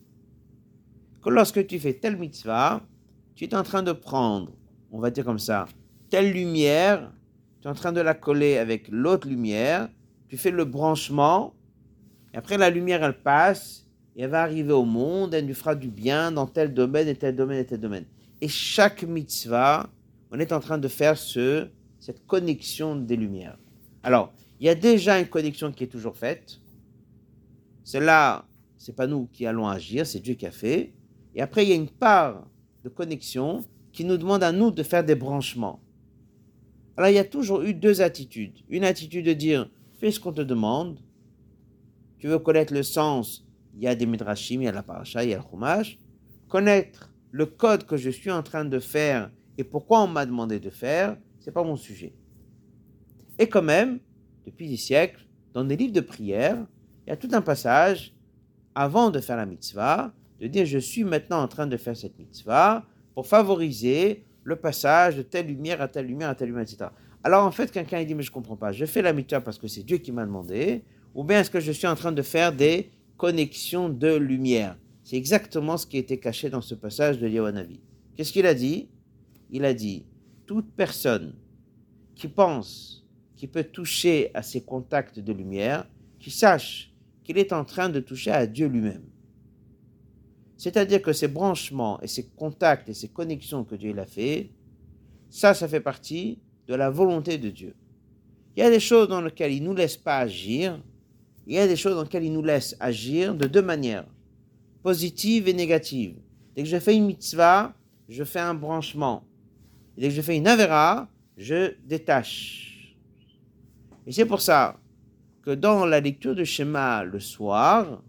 que lorsque tu fais telle mitzvah, tu es en train de prendre, on va dire comme ça, telle lumière, tu es en train de la coller avec l'autre lumière, tu fais le branchement, et après la lumière, elle passe, et elle va arriver au monde, elle lui fera du bien dans tel domaine, et tel domaine, et tel domaine. Et chaque mitzvah, on est en train de faire cette connexion des lumières. Alors, il y a déjà une connexion qui est toujours faite. Celle-là, ce n'est pas nous qui allons agir, c'est Dieu qui a fait. Et après, il y a une part de connexion qui nous demande à nous de faire des branchements. Alors, il y a toujours eu 2 attitudes. Une attitude de dire, fais ce qu'on te demande. Tu veux connaître le sens, il y a des midrashim, il y a la paracha, il y a le chumash. Connaître le code que je suis en train de faire et pourquoi on m'a demandé de faire, ce n'est pas mon sujet. Et quand même, depuis des siècles, dans des livres de prière, il y a tout un passage, avant de faire la mitzvah, de dire je suis maintenant en train de faire cette mitzvah pour favoriser le passage de telle lumière à telle lumière à telle lumière, etc. Alors en fait, quelqu'un il dit mais je ne comprends pas, je fais la mitzvah parce que c'est Dieu qui m'a demandé, ou bien est-ce que je suis en train de faire des connexions de lumière? C'est exactement ce qui était caché dans ce passage de Eliyahu Hanavi. Qu'est-ce qu'il a dit? Il a dit, toute personne qui pense qu'il peut toucher à ces contacts de lumière, qui sache qu'il est en train de toucher à Dieu lui-même. C'est-à-dire que ces branchements et ces contacts et ces connexions que Dieu a fait, ça fait partie de la volonté de Dieu. Il y a des choses dans lesquelles il ne nous laisse pas agir, il y a des choses dans lesquelles il nous laisse agir de 2 manières, positive et négative. Dès que je fais une mitzvah, je fais un branchement. Et dès que je fais une avera, je détache. Et c'est pour ça que dans la lecture de Shema le soir,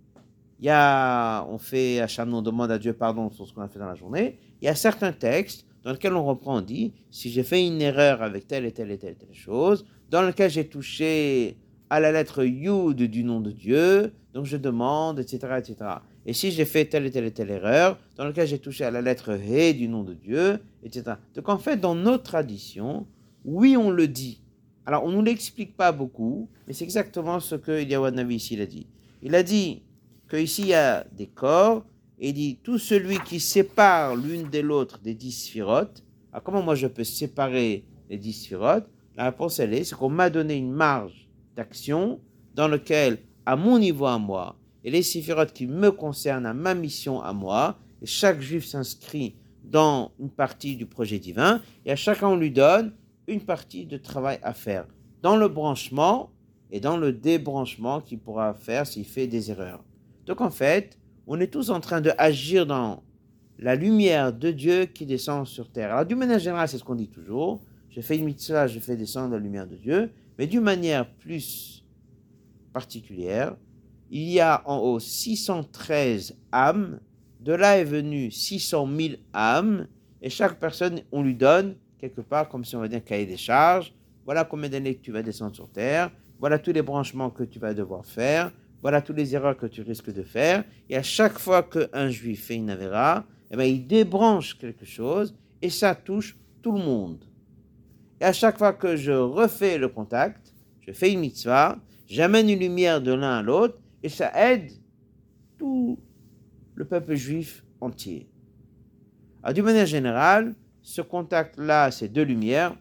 on fait Hacham, on demande à Dieu pardon sur ce qu'on a fait dans la journée. Il y a certains textes dans lesquels on reprend, on dit, si j'ai fait une erreur avec telle et telle et telle et telle chose, dans lequel j'ai touché à la lettre Yud du nom de Dieu, donc je demande, etc., etc. Et si j'ai fait telle et telle et telle erreur, dans lequel j'ai touché à la lettre He du nom de Dieu, etc. Donc en fait, dans notre tradition, oui, on le dit. Alors, on ne nous l'explique pas beaucoup, mais c'est exactement ce que Eliyahu Hanavi ici a dit. Il a dit qu'ici, il y a des corps, et il dit, tout celui qui sépare l'une de l'autre des 10 sphirotes, alors comment moi je peux séparer les 10 sphirotes? La réponse, c'est qu'on m'a donné une marge d'action dans laquelle, à mon niveau à moi, et les séphirotes qui me concernent, à ma mission à moi, et chaque juif s'inscrit dans une partie du projet divin, et à chacun on lui donne une partie de travail à faire, dans le branchement et dans le débranchement qu'il pourra faire s'il fait des erreurs. Donc en fait, on est tous en train d'agir dans la lumière de Dieu qui descend sur terre. Alors d'une manière générale, c'est ce qu'on dit toujours, je fais une mitzvah, je fais descendre la lumière de Dieu, mais d'une manière plus particulière, il y a en haut 613 âmes, de là est venu 600 000 âmes, et chaque personne, on lui donne quelque part, comme si on va dire un cahier des charges, voilà combien d'années que tu vas descendre sur terre, voilà tous les branchements que tu vas devoir faire, voilà toutes les erreurs que tu risques de faire, et à chaque fois qu'un juif fait une avéra, eh bien, il débranche quelque chose, et ça touche tout le monde. Et à chaque fois que je refais le contact, je fais une mitzvah, j'amène une lumière de l'un à l'autre, et ça aide tout le peuple juif entier. Alors, d'une manière générale, ce contact-là, c'est deux lumières.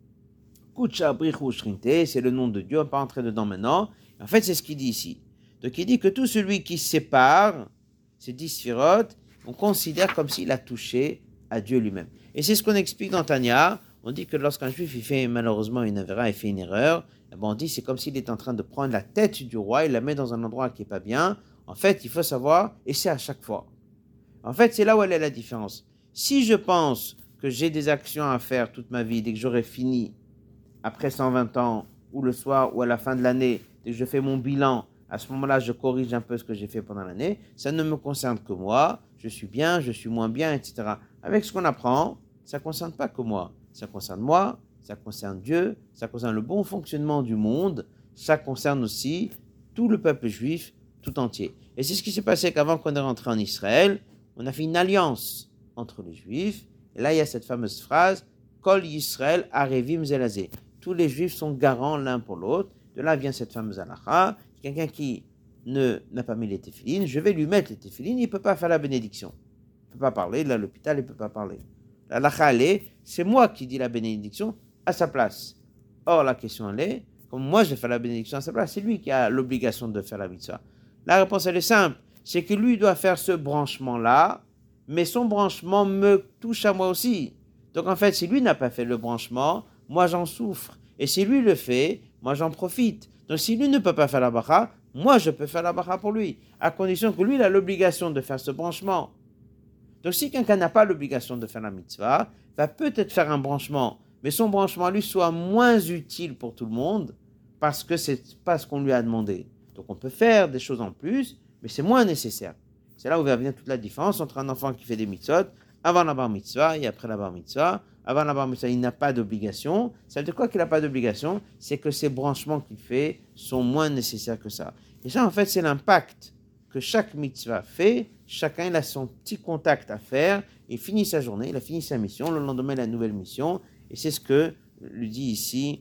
Kucha Brichu Shrinte, c'est le nom de Dieu, on ne va pas entrer dedans maintenant. En fait, c'est ce qu'il dit ici. Donc, il dit que tout celui qui sépare ces 10 sphirotes, on considère comme s'il a touché à Dieu lui-même. Et c'est ce qu'on explique dans Tanya. On dit que lorsqu'un juif il fait malheureusement une avéra, il fait une erreur, on dit c'est comme s'il est en train de prendre la tête du roi, il la met dans un endroit qui n'est pas bien. En fait, il faut savoir, et c'est à chaque fois. En fait, c'est là où elle est la différence. Si je pense que j'ai des actions à faire toute ma vie, dès que j'aurai fini, après 120 ans, ou le soir, ou à la fin de l'année, dès que je fais mon bilan, à ce moment-là, je corrige un peu ce que j'ai fait pendant l'année, ça ne me concerne que moi, je suis bien, je suis moins bien, etc. Avec ce qu'on apprend, ça ne concerne pas que moi. Ça concerne moi, ça concerne Dieu, ça concerne le bon fonctionnement du monde, ça concerne aussi tout le peuple juif tout entier. Et c'est ce qui s'est passé qu'avant qu'on est rentré en Israël, on a fait une alliance entre les juifs, et là il y a cette fameuse phrase, Kol Yisrael Arevim Zelazé. Tous les juifs sont garants l'un pour l'autre. De là vient cette fameuse halakha. Quelqu'un qui n'a pas mis les téphilines, je vais lui mettre les téphilines, il ne peut pas faire la bénédiction. Il ne peut pas parler, là à l'hôpital, il ne peut pas parler. La halakha, c'est moi qui dis la bénédiction à sa place. Or, la question, elle est, comme moi je fais la bénédiction à sa place, c'est lui qui a l'obligation de faire la mitzvah. La réponse, elle est simple, c'est que lui doit faire ce branchement-là, mais son branchement me touche à moi aussi. Donc en fait, si lui n'a pas fait le branchement, moi j'en souffre. Et si lui le fait, moi j'en profite. Donc si lui ne peut pas faire la bracha, moi je peux faire la bracha pour lui, à condition que lui il a l'obligation de faire ce branchement. Donc si quelqu'un n'a pas l'obligation de faire la mitzvah, va peut-être faire un branchement, mais son branchement lui soit moins utile pour tout le monde, parce que c'est pas ce qu'on lui a demandé. Donc on peut faire des choses en plus, mais c'est moins nécessaire. C'est là où va venir toute la différence entre un enfant qui fait des mitzvot avant la bar mitzvah et après la bar mitzvah. Avant la bar mitzvah, il n'a pas d'obligation. Ça veut dire quoi qu'il n'a pas d'obligation? C'est que ces branchements qu'il fait sont moins nécessaires que ça. Et ça, en fait, c'est l'impact que chaque mitzvah fait. Chacun il a son petit contact à faire. Il finit sa journée, il a fini sa mission. Le lendemain, il a une nouvelle mission. Et c'est ce que lui dit ici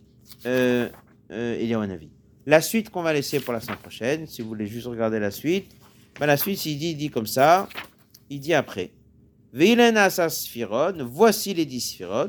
Eliyahu Hanavi. La suite qu'on va laisser pour la semaine prochaine, si vous voulez juste regarder la suite, la suite, il dit comme ça, il dit après, Veilen asar sphirot, voici les 10 sphirot,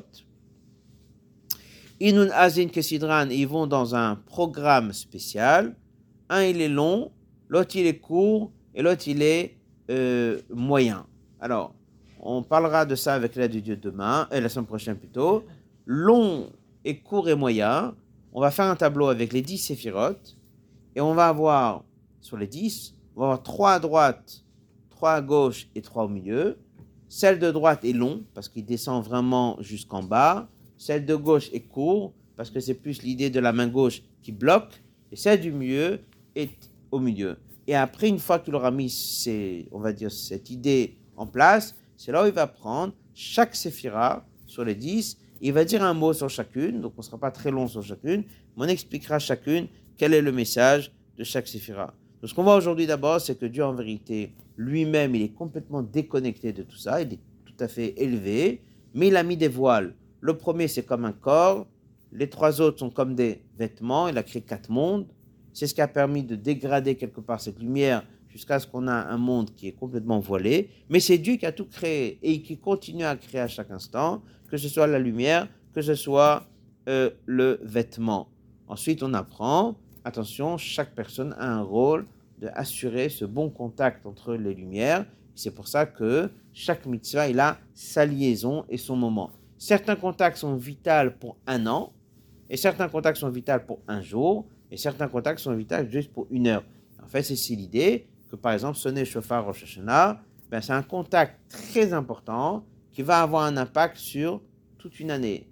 Inun azin kesidran, ils vont dans un programme spécial, un il est long, l'autre il est court, et l'autre il est moyen. Alors, on parlera de ça avec l'aide de Dieu demain, la semaine prochaine plutôt. Long et court et moyen, on va faire un tableau avec les 10 séphirotes, et on va avoir, sur les 10, on va avoir 3 à droite, 3 à gauche et 3 au milieu. Celle de droite est long, parce qu'il descend vraiment jusqu'en bas. Celle de gauche est court, parce que c'est plus l'idée de la main gauche qui bloque. Et celle du milieu est au milieu. Et après, une fois qu'il aura mis cette idée en place, c'est là où il va prendre chaque séphira sur les 10. Il va dire un mot sur chacune, donc on ne sera pas très long sur chacune, mais on expliquera chacune quel est le message de chaque séphira. Donc, ce qu'on voit aujourd'hui d'abord, c'est que Dieu, en vérité, lui-même, il est complètement déconnecté de tout ça, il est tout à fait élevé, mais il a mis des voiles. Le premier, c'est comme un corps, les 3 autres sont comme des vêtements, il a créé 4 mondes, c'est ce qui a permis de dégrader quelque part cette lumière jusqu'à ce qu'on a un monde qui est complètement voilé, mais c'est Dieu qui a tout créé et qui continue à créer à chaque instant, que ce soit la lumière, que ce soit le vêtement. Ensuite, on apprend, attention, chaque personne a un rôle d'assurer ce bon contact entre les lumières. C'est pour ça que chaque mitzvah, il a sa liaison et son moment. Certains contacts sont vitaux pour un an, et certains contacts sont vitaux pour un jour, et certains contacts sont vitaux juste pour 1 heure. En fait, c'est l'idée que, par exemple, sonner le shofar Rosh Hashanah, c'est un contact très important qui va avoir un impact sur toute une année.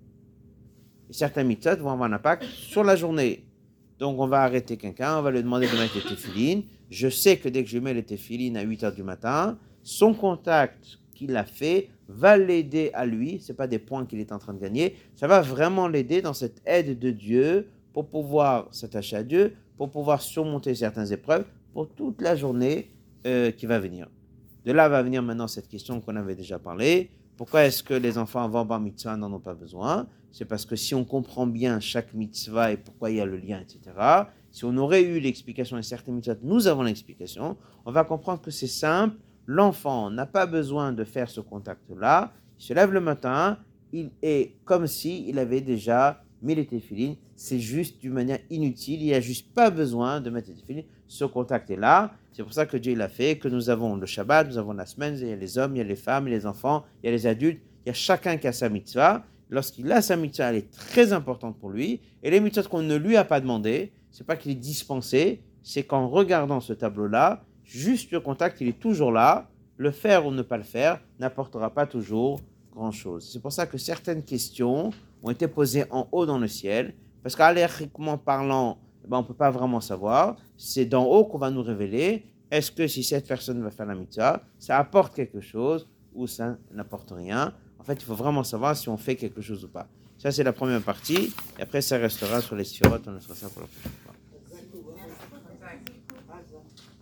Et certains mitzvot vont avoir un impact sur la journée. Donc, on va arrêter quelqu'un, on va lui demander de mettre les téphilines. Je sais que dès que je mets les téphilines à 8 heures du matin, son contact qu'il a fait va l'aider à lui. Ce n'est pas des points qu'il est en train de gagner. Ça va vraiment l'aider dans cette aide de Dieu pour pouvoir s'attacher à Dieu, pour pouvoir surmonter certaines épreuves pour toute la journée qui va venir. De là va venir maintenant cette question qu'on avait déjà parlé. Pourquoi est-ce que les enfants avant bar mitzvah n'en ont pas besoin? C'est parce que si on comprend bien chaque mitzvah et pourquoi il y a le lien, etc., si on aurait eu l'explication et certaines mitzvahs, nous avons l'explication, on va comprendre que c'est simple. L'enfant n'a pas besoin de faire ce contact-là. Il se lève le matin, il est comme s'il avait déjà mis les téphilines. C'est juste d'une manière inutile. Il n'y a juste pas besoin de mettre les téphilines. Ce contact est là. C'est pour ça que Dieu l'a fait, que nous avons le Shabbat, nous avons la semaine, il y a les hommes, il y a les femmes, il y a les enfants, il y a les adultes. Il y a chacun qui a sa mitzvah. Lorsqu'il a sa mitzvah, elle est très importante pour lui. Et les mitzvahs qu'on ne lui a pas demandé, c'est pas qu'il est dispensé, c'est qu'en regardant ce tableau-là, juste le contact, il est toujours là. Le faire ou ne pas le faire n'apportera pas toujours grand-chose. C'est pour ça que certaines questions ont été posées en haut dans le ciel, parce qu'alériquement parlant, on ne peut pas vraiment savoir. C'est d'en haut qu'on va nous révéler, est-ce que si cette personne va faire la mitzvah, ça apporte quelque chose ou ça n'apporte rien. En fait, il faut vraiment savoir si on fait quelque chose ou pas. Ça, c'est la première partie, et après, ça restera sur les sphérotes, on laissera ça pour la prochaine fois.